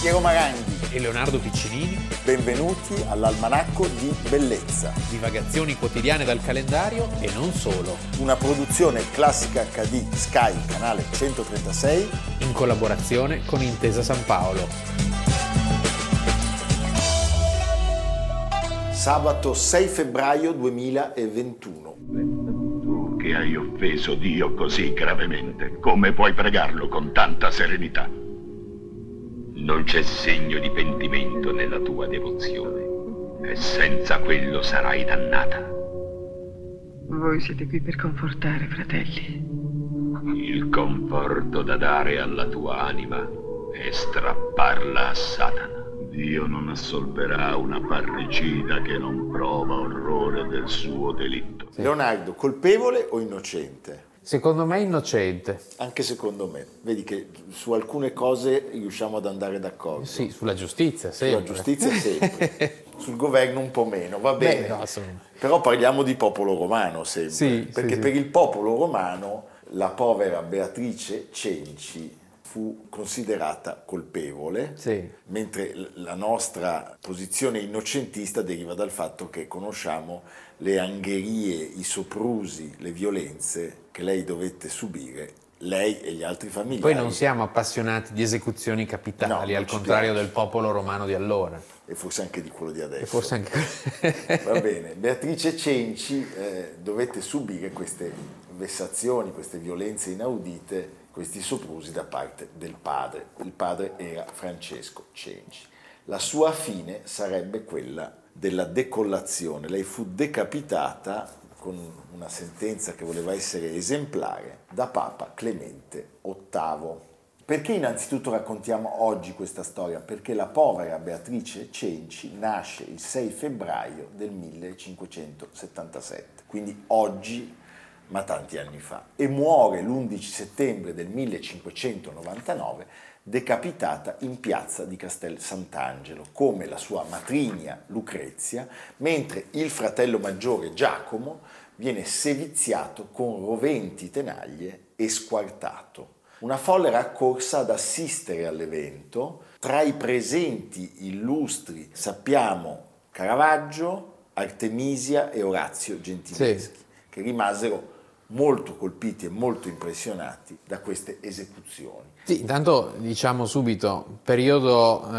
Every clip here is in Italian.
Piero Maranghi e Leonardo Piccinini. Benvenuti all'Almanacco di Bellezza. Divagazioni quotidiane dal calendario e non solo. Una produzione Classica HD Sky, canale 136. In collaborazione con Intesa San Paolo. Sabato 6 febbraio 2021. Tu che hai offeso Dio così gravemente, come puoi pregarlo con tanta serenità? Non c'è segno di pentimento nella tua devozione, e senza quello sarai dannata. Voi siete qui per confortare, fratelli. Il conforto da dare alla tua anima è strapparla a Satana. Dio non assolverà una parricida che non prova orrore del suo delitto. Leonardo, colpevole o innocente? Secondo me innocente. Anche secondo me. Vedi che su alcune cose riusciamo ad andare d'accordo. Sì, sulla giustizia sempre. Sulla giustizia sempre. Sul governo un po' meno, va bene. Beh, no, però parliamo di popolo romano sempre. Sì, perché sì, per il popolo romano la povera Beatrice Cenci fu considerata colpevole, sì, mentre la nostra posizione innocentista deriva dal fatto che conosciamo le angherie, i soprusi, le violenze che lei dovette subire, lei e gli altri familiari. Poi non siamo appassionati di esecuzioni capitali, No, al contrario del popolo romano di allora. E forse anche di quello di adesso. E forse anche... Va bene, Beatrice Cenci dovette subire queste vessazioni, queste violenze inaudite, questi soprusi da parte del padre. Il padre era Francesco Cenci. La sua fine sarebbe quella della decollazione. Lei fu decapitata con una sentenza che voleva essere esemplare da Papa Clemente VIII. Perché innanzitutto raccontiamo oggi questa storia? Perché la povera Beatrice Cenci nasce il 6 febbraio del 1577, quindi oggi, ma tanti anni fa, e muore l'11 settembre del 1599 decapitata in piazza di Castel Sant'Angelo, come la sua matrigna Lucrezia, mentre il fratello maggiore Giacomo viene seviziato con roventi tenaglie e squartato. Una folla era accorsa ad assistere all'evento. Tra i presenti illustri sappiamo Caravaggio, Artemisia e Orazio Gentileschi, che rimasero molto colpiti e molto impressionati da queste esecuzioni. Sì, intanto diciamo subito, periodo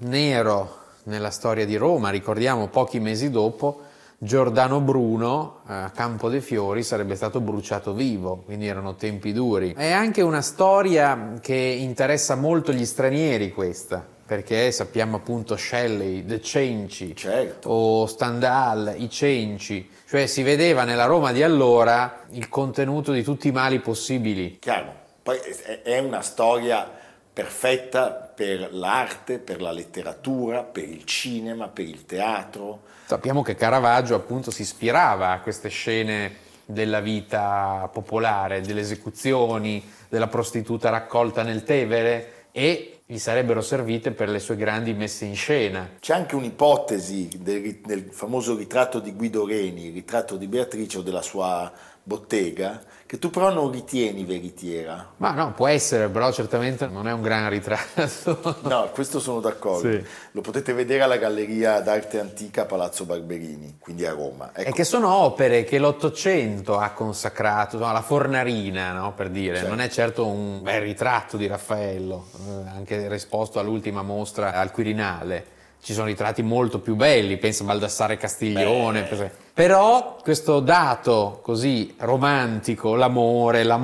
nero nella storia di Roma, ricordiamo pochi mesi dopo Giordano Bruno a Campo dei Fiori sarebbe stato bruciato vivo, quindi erano tempi duri. È anche una storia che interessa molto gli stranieri questa, perché sappiamo appunto Shelley, The Cenci, certo, o Stendhal, i Cenci, cioè si vedeva nella Roma di allora il contenuto di tutti i mali possibili. Chiaro, poi è una storia perfetta per l'arte, per la letteratura, per il cinema, per il teatro. Sappiamo che Caravaggio appunto si ispirava a queste scene della vita popolare, delle esecuzioni, della prostituta raccolta nel Tevere, e gli sarebbero servite per le sue grandi messe in scena. C'è anche un'ipotesi del famoso ritratto di Guido Reni, il ritratto di Beatrice o della sua bottega, che tu però non ritieni veritiera. Ma no, può essere, però certamente non è un gran ritratto. No, questo sono d'accordo. Sì. Lo potete vedere alla Galleria d'Arte Antica Palazzo Barberini, quindi a Roma. Ecco. E che sono opere che l'Ottocento ha consacrato, no? La Fornarina, no? Per dire, certo. Non è certo un bel ritratto di Raffaello, anche risposto all'ultima mostra al Quirinale. Ci sono ritratti molto più belli, pensa a Baldassare Castiglione. Però questo dato così romantico, l'amore, la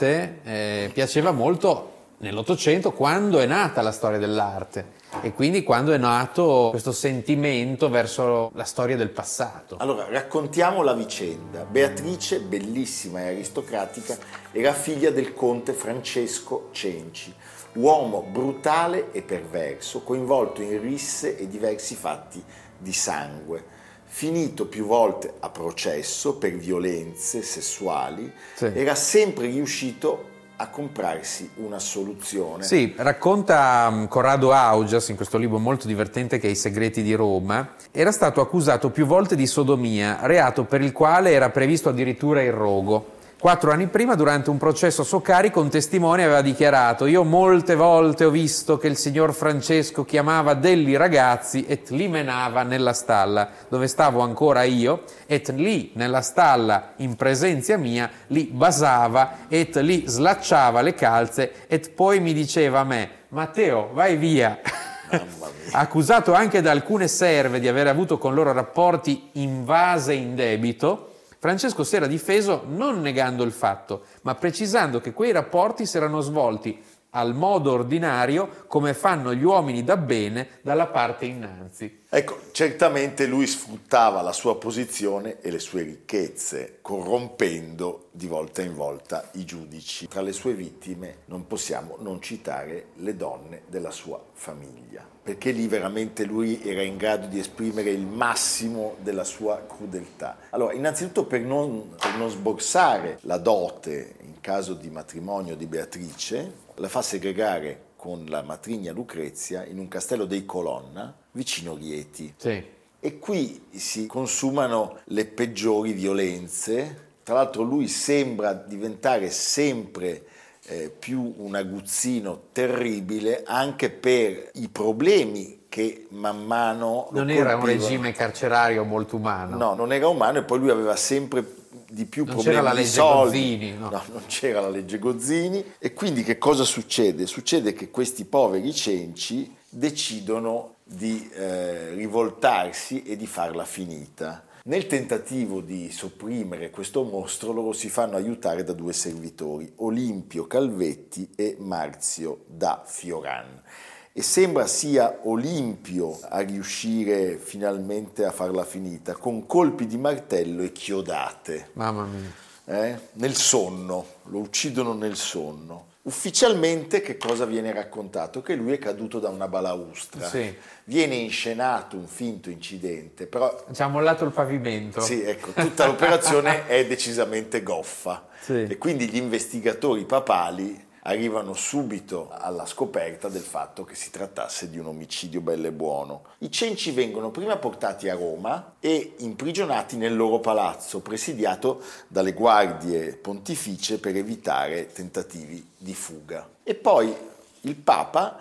morte, piaceva molto nell'Ottocento, quando è nata la storia dell'arte e quindi quando è nato questo sentimento verso la storia del passato. Allora, raccontiamo la vicenda. Beatrice, bellissima e aristocratica, era figlia del conte Francesco Cenci, uomo brutale e perverso, coinvolto in risse e diversi fatti di sangue, finito più volte a processo per violenze sessuali, sì. Era sempre riuscito a comprarsi una soluzione. Sì, racconta Corrado Augias in questo libro molto divertente che è I segreti di Roma. Era stato accusato più volte di sodomia, reato per il quale era previsto addirittura il rogo. 4 anni prima, durante un processo a suo carico, un testimone aveva dichiarato: io molte volte ho visto che il signor Francesco chiamava degli ragazzi et li menava nella stalla, dove stavo ancora io, et lì nella stalla, in presenza mia, li basava et li slacciava le calze et poi mi diceva a me: Matteo, vai via. Accusato anche da alcune serve di aver avuto con loro rapporti invase in debito, Francesco si era difeso non negando il fatto, ma precisando che quei rapporti si erano svolti al modo ordinario, come fanno gli uomini da bene dalla parte innanzi. Ecco, certamente lui sfruttava la sua posizione e le sue ricchezze, corrompendo di volta in volta i giudici. Tra le sue vittime non possiamo non citare le donne della sua famiglia, perché lì veramente lui era in grado di esprimere il massimo della sua crudeltà. Allora, innanzitutto per non sborsare la dote in caso di matrimonio di Beatrice, la fa segregare con la matrigna Lucrezia in un castello dei Colonna vicino Rieti. Sì. E qui si consumano le peggiori violenze. Tra l'altro lui sembra diventare sempre più un aguzzino terribile, anche per i problemi che man mano non era un regime carcerario molto umano. No, non era umano, e poi lui aveva sempre di più non problemi c'era la di legge soldi. Gozzini, no, non c'era la legge Gozzini. E quindi che cosa succede? Succede che questi poveri cenci decidono di rivoltarsi e di farla finita. Nel tentativo di sopprimere questo mostro, loro si fanno aiutare da 2 servitori, Olimpio Calvetti e Marzio da Fioran. E sembra sia Olimpio a riuscire finalmente a farla finita, con colpi di martello e chiodate. Mamma mia. Nel sonno, lo uccidono nel sonno. Ufficialmente che cosa viene raccontato? Che lui è caduto da una balaustra. Sì. Viene inscenato un finto incidente, però ci ha mollato il pavimento. sì, ecco, tutta l'operazione è decisamente goffa. Sì. E quindi gli investigatori papali arrivano subito alla scoperta del fatto che si trattasse di un omicidio bello e buono. I cenci vengono prima portati a Roma e imprigionati nel loro palazzo, presidiato dalle guardie pontificie per evitare tentativi di fuga. E poi il Papa,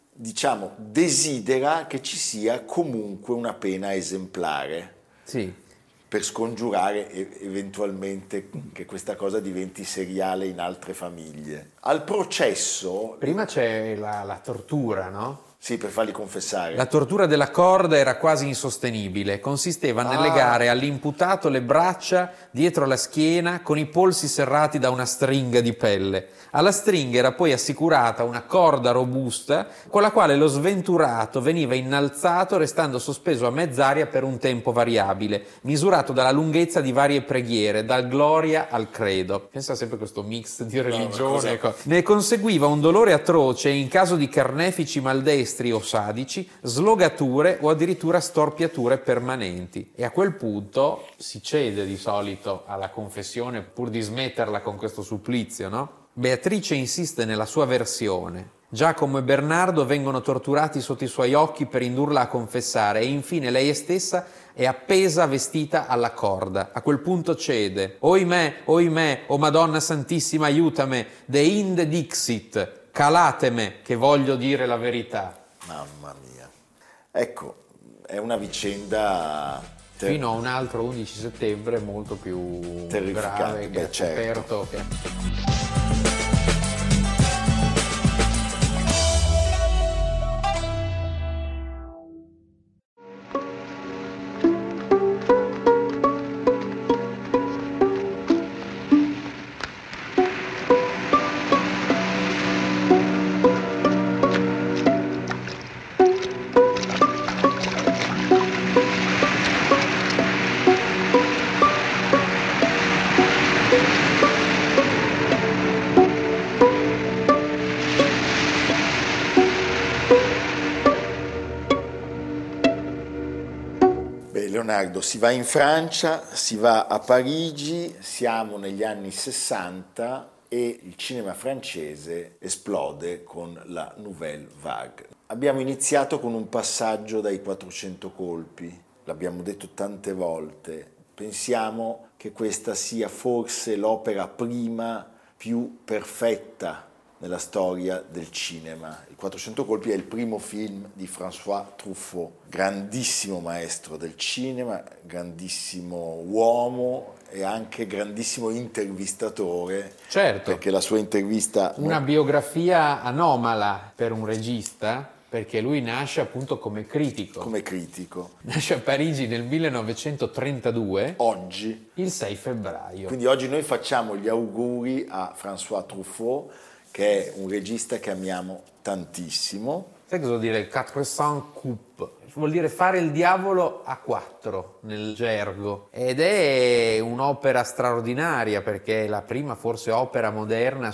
desidera che ci sia comunque una pena esemplare. Sì. Per scongiurare eventualmente che questa cosa diventi seriale in altre famiglie. Al processo... Prima c'è la tortura, no? Sì, per farli confessare. La tortura della corda era quasi insostenibile, consisteva nel legare all'imputato le braccia dietro la schiena con i polsi serrati da una stringa di pelle. Alla stringa era poi assicurata una corda robusta con la quale lo sventurato veniva innalzato restando sospeso a mezz'aria per un tempo variabile, misurato dalla lunghezza di varie preghiere, dal Gloria al Credo. Pensa sempre a questo mix di religione. Ne conseguiva un dolore atroce e in caso di carnefici maldestri o sadici, slogature o addirittura storpiature permanenti. E a quel punto si cede di solito alla confessione pur di smetterla con questo supplizio, no? Beatrice insiste nella sua versione. Giacomo e Bernardo vengono torturati sotto i suoi occhi per indurla a confessare e infine lei stessa è appesa vestita alla corda. A quel punto cede. Oimè, o Madonna Santissima, aiutame, de inde dixit, calateme che voglio dire la verità. Mamma mia. Ecco, è una vicenda... Fino a un altro 11 settembre molto più grave, che ha scoperto che... Leonardo, si va in Francia, si va a Parigi, siamo negli anni 60 e il cinema francese esplode con la Nouvelle Vague. Abbiamo iniziato con un passaggio dai 400 colpi, l'abbiamo detto tante volte, pensiamo che questa sia forse l'opera prima più perfetta nella storia del cinema. Il 400 colpi è il primo film di François Truffaut, grandissimo maestro del cinema, grandissimo uomo e anche grandissimo intervistatore. Certo. Perché la sua intervista... Una biografia anomala per un regista, perché lui nasce appunto come critico. Come critico. Nasce a Parigi nel 1932. Oggi. Il 6 febbraio. Quindi oggi noi facciamo gli auguri a François Truffaut, che è un regista che amiamo tantissimo. Sai cosa vuol dire 400 coups? Vuol dire fare il diavolo a 4 nel gergo, ed è un'opera straordinaria perché è la prima forse opera moderna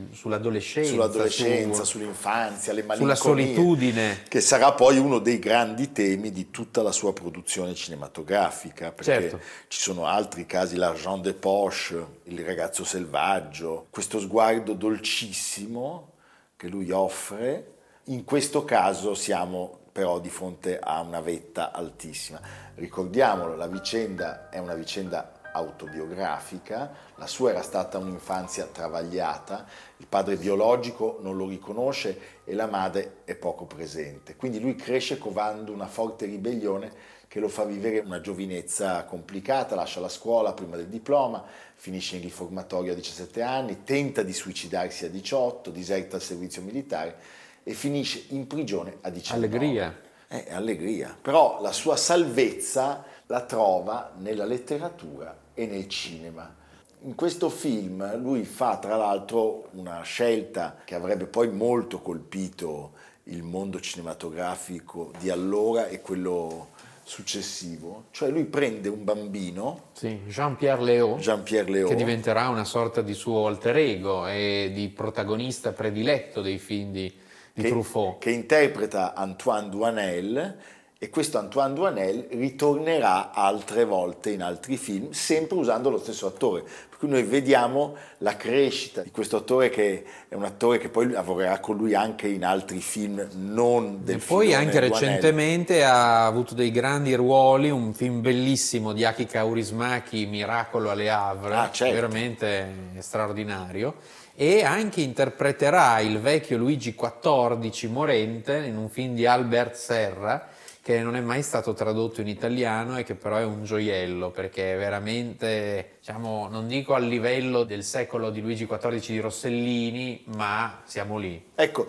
sull'adolescenza, sull'infanzia, le malinconie, sulla solitudine, che sarà poi uno dei grandi temi di tutta la sua produzione cinematografica, perché certo. Ci sono altri casi, l'Argent de Poche, il ragazzo selvaggio, questo sguardo dolcissimo che lui offre. In questo caso siamo però di fronte a una vetta altissima. Ricordiamolo, la vicenda è una vicenda autobiografica, la sua era stata un'infanzia travagliata, il padre biologico non lo riconosce e la madre è poco presente. Quindi lui cresce covando una forte ribellione che lo fa vivere una giovinezza complicata, lascia la scuola prima del diploma, finisce in riformatorio a 17 anni, tenta di suicidarsi a 18, diserta il servizio militare e finisce in prigione a 19. Allegria. Allegria. Però la sua salvezza la trova nella letteratura e nel cinema. In questo film lui fa tra l'altro una scelta che avrebbe poi molto colpito il mondo cinematografico di allora e quello successivo, cioè lui prende un bambino, sì, Jean-Pierre Léaud, che diventerà una sorta di suo alter ego e di protagonista prediletto dei film di Truffaut, che interpreta Antoine Doinel, e questo Antoine Doinel ritornerà altre volte in altri film, sempre usando lo stesso attore. Per cui noi vediamo la crescita di questo attore, che è un attore che poi lavorerà con lui anche in altri film non del film. Poi anche recentemente ha avuto dei grandi ruoli, un film bellissimo di Aki Kaurismäki, Miracolo alle Havre, certo. Veramente straordinario. E anche interpreterà il vecchio Luigi XIV morente in un film di Albert Serra che non è mai stato tradotto in italiano e che però è un gioiello, perché è veramente, diciamo, non dico al livello del secolo di Luigi XIV di Rossellini, ma siamo lì. Ecco,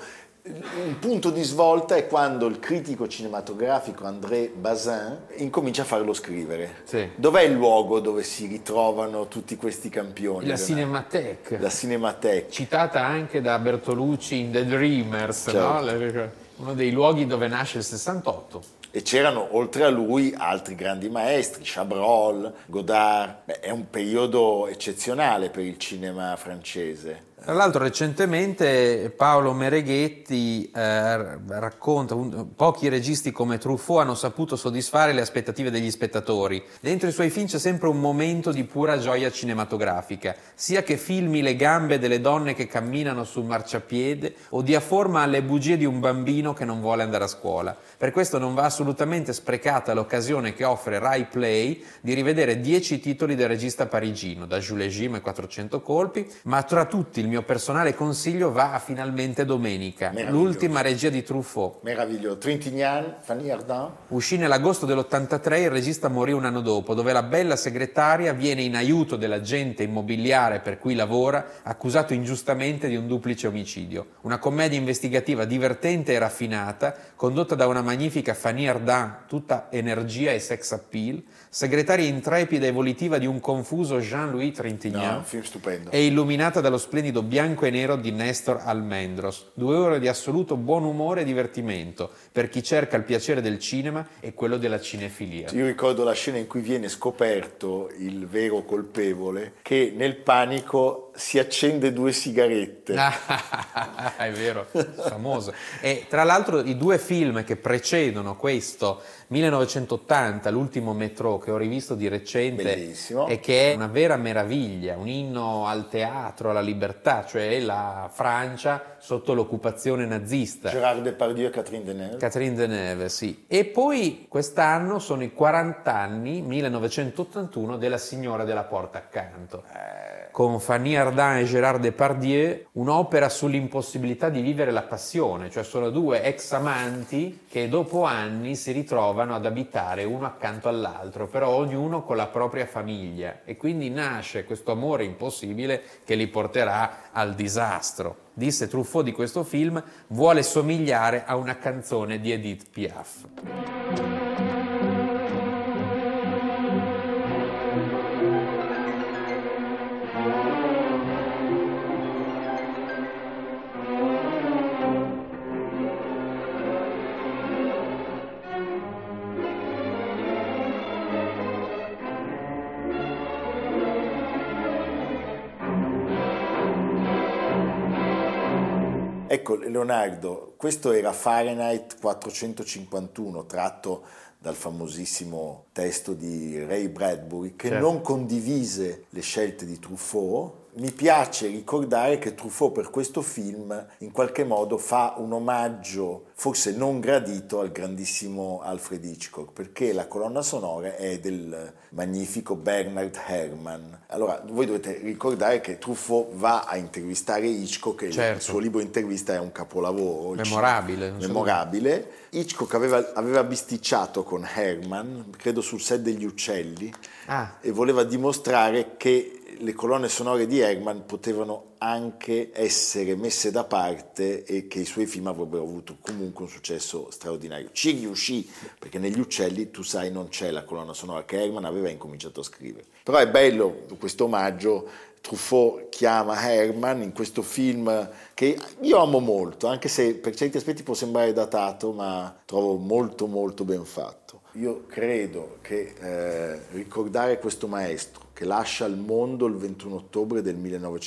un punto di svolta è quando il critico cinematografico André Bazin incomincia a farlo scrivere. Sì. Dov'è il luogo dove si ritrovano tutti questi campioni? La Cinémathèque. La Cinémathèque. Citata anche da Bertolucci in The Dreamers, certo. No? Uno dei luoghi dove nasce il 68. E c'erano oltre a lui altri grandi maestri, Chabrol, Godard. È un periodo eccezionale per il cinema francese. Tra l'altro recentemente Paolo Mereghetti racconta pochi registi come Truffaut hanno saputo soddisfare le aspettative degli spettatori. Dentro i suoi film c'è sempre un momento di pura gioia cinematografica, sia che filmi le gambe delle donne che camminano sul marciapiede o dia forma alle bugie di un bambino che non vuole andare a scuola. Per questo non va assolutamente sprecata l'occasione che offre Rai Play di rivedere 10 titoli del regista parigino, da Jules Jim e 400 colpi, ma tra tutti il mio personale consiglio va a Finalmente domenica, l'ultima regia di Truffaut. Meraviglioso. Trintignant, Fanny Ardant. Uscì nell'agosto dell'83, il regista morì un anno dopo, dove la bella segretaria viene in aiuto dell'agente immobiliare per cui lavora, accusato ingiustamente di un duplice omicidio. Una commedia investigativa divertente e raffinata, condotta da una magnifica Fanny Ardant, tutta energia e sex appeal, segretaria intrepida e volitiva di un confuso Jean-Louis Trintignant, un film stupendo, e illuminata dallo splendido bianco e nero di Nestor Almendros. 2 ore di assoluto buon umore e divertimento per chi cerca il piacere del cinema e quello della cinefilia. Io ricordo la scena in cui viene scoperto il vero colpevole, che nel panico si accende 2 sigarette. È vero, famoso. E tra l'altro i 2 film che precedono questo, 1980, l'ultimo Métro, che ho rivisto di recente, Bellissimo. e che è una vera meraviglia, un inno al teatro, alla libertà, cioè la Francia sotto l'occupazione nazista. Gérard Depardieu e Catherine Deneuve. Catherine Deneuve, sì. E poi quest'anno sono i 40 anni, 1981, della Signora della Porta Accanto, con Fanny Ardant e Gérard Depardieu, un'opera sull'impossibilità di vivere la passione, cioè sono 2 ex amanti che dopo anni si ritrovano ad abitare uno accanto all'altro, però ognuno con la propria famiglia, e quindi nasce questo amore impossibile che li porterà al disastro. Disse Truffaut di questo film: vuole somigliare a una canzone di Edith Piaf. Ecco, Leonardo, questo era Fahrenheit 451, tratto dal famosissimo testo di Ray Bradbury, che non condivise le scelte di Truffaut. Mi piace ricordare che Truffaut per questo film in qualche modo fa un omaggio forse non gradito al grandissimo Alfred Hitchcock, perché la colonna sonora è del magnifico Bernard Herrmann. Allora, voi dovete ricordare che Truffaut va a intervistare Hitchcock, e il suo libro intervista è un capolavoro. Memorabile. Hitchcock aveva bisticciato con Herrmann, credo sul set degli Uccelli, e voleva dimostrare che le colonne sonore di Herrmann potevano anche essere messe da parte e che i suoi film avrebbero avuto comunque un successo straordinario. Ci riuscì, perché negli Uccelli, tu sai, non c'è la colonna sonora che Herrmann aveva incominciato a scrivere. Però è bello questo omaggio. Truffaut chiama Herrmann in questo film che io amo molto, anche se per certi aspetti può sembrare datato, ma trovo molto molto ben fatto. Io credo che ricordare questo maestro che lascia il mondo il 21 ottobre del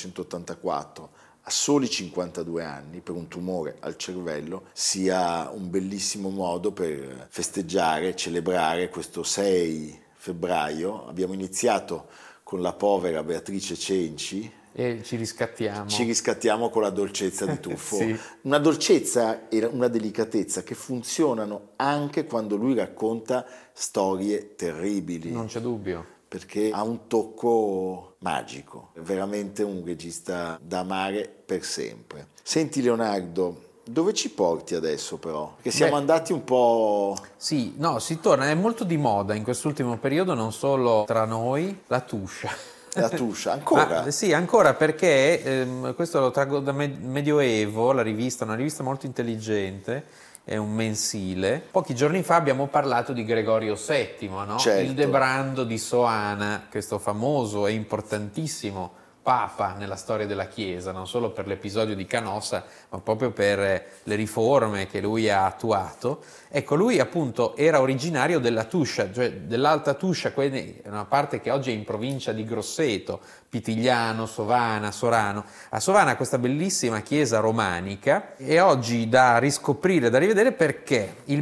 1984 a soli 52 anni per un tumore al cervello sia un bellissimo modo per festeggiare, celebrare questo 6 febbraio. Abbiamo iniziato con la povera Beatrice Cenci e ci riscattiamo con la dolcezza di Truffaut. Sì. Una dolcezza e una delicatezza che funzionano anche quando lui racconta storie terribili. Non c'è dubbio. Perché ha un tocco magico, è veramente un regista da amare per sempre. Senti Leonardo, dove ci porti adesso però? Perché siamo andati un po'... Sì, no, si torna, è molto di moda in quest'ultimo periodo, non solo tra noi, la Tuscia. La Tuscia, ancora? Sì, ancora, perché questo lo traggo da Medioevo, la rivista, una rivista molto intelligente, è un mensile. Pochi giorni fa abbiamo parlato di Gregorio VII, no? Certo. Ildebrando di Soana, questo famoso e importantissimo papa nella storia della Chiesa, non solo per l'episodio di Canossa, ma proprio per le riforme che lui ha attuato. Ecco, lui appunto era originario della Tuscia, cioè dell'Alta Tuscia, una parte che oggi è in provincia di Grosseto, Pitigliano, Sovana, Sorano. A Sovana questa bellissima chiesa romanica è oggi da riscoprire, da rivedere, perché il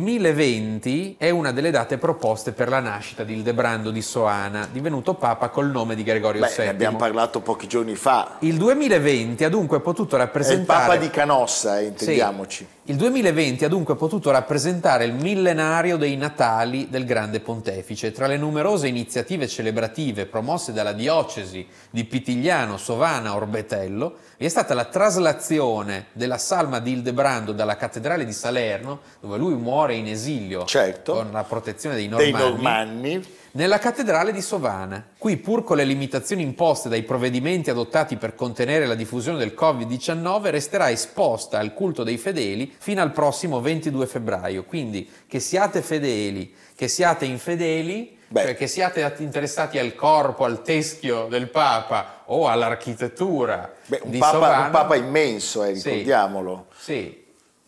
1020 è una delle date proposte per la nascita di Ildebrando di Soana, divenuto papa col nome di Gregorio VII. Ne abbiamo parlato pochi giorni fa. Il 2020 ha dunque potuto rappresentare... È il papa di Canossa, intendiamoci. Sì. Il 2020 ha dunque potuto rappresentare il millenario dei Natali del Grande Pontefice. Tra le numerose iniziative celebrative promosse dalla diocesi di Pitigliano, Sovana, Orbetello, vi è stata la traslazione della salma di Ildebrando dalla cattedrale di Salerno, dove lui muore in esilio, certo, con la protezione dei Normanni, nella cattedrale di Sovana. Qui, pur con le limitazioni imposte dai provvedimenti adottati per contenere la diffusione del Covid-19, resterà esposta al culto dei fedeli fino al prossimo 22 febbraio. Quindi, che siate fedeli, che siate infedeli, cioè che siate interessati al corpo, al teschio del Papa o all'architettura un di Sovana. Un Papa immenso, ricordiamolo. Sì.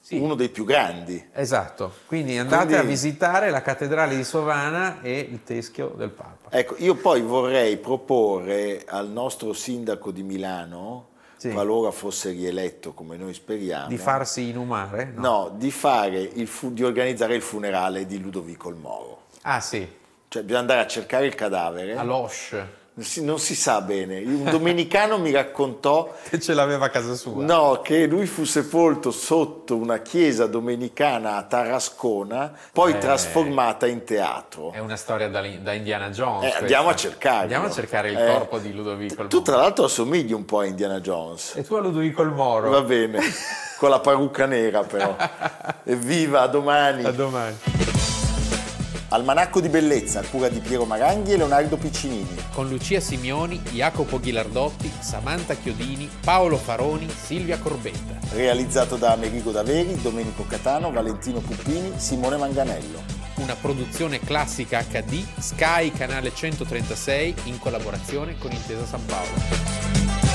Sì. Uno dei più grandi. Esatto, quindi andate a visitare la cattedrale di Sovana e il teschio del Papa. Ecco, io poi vorrei proporre al nostro sindaco di Milano, Sì. qualora fosse rieletto come noi speriamo, Di farsi inumare? no, di fare di organizzare il funerale di Ludovico il Moro. Ah sì, Cioè bisogna andare a cercare il cadavere. all'Osh, Non si sa bene. Un domenicano mi raccontò che ce l'aveva a casa sua. no, che lui fu sepolto sotto una chiesa domenicana a Tarascona, poi trasformata in teatro. È una storia da Indiana Jones. Andiamo a questa. cercarlo. Andiamo a cercare il corpo di Ludovico il Tu Moro. tra l'altro assomigli un po' a Indiana Jones. E tu a Ludovico il Moro. Va bene, con la parrucca nera però. Evviva, a domani. A domani. Almanacco di bellezza, a cura di Piero Maranghi e Leonardo Piccinini. Con Lucia Simioni, Jacopo Ghilardotti, Samantha Chiodini, Paolo Faroni, Silvia Corbetta. Realizzato da Amerigo Daveri, Domenico Catano, Valentino Puppini, Simone Manganello. Una produzione classica HD, Sky Canale 136 in collaborazione con Intesa San Paolo.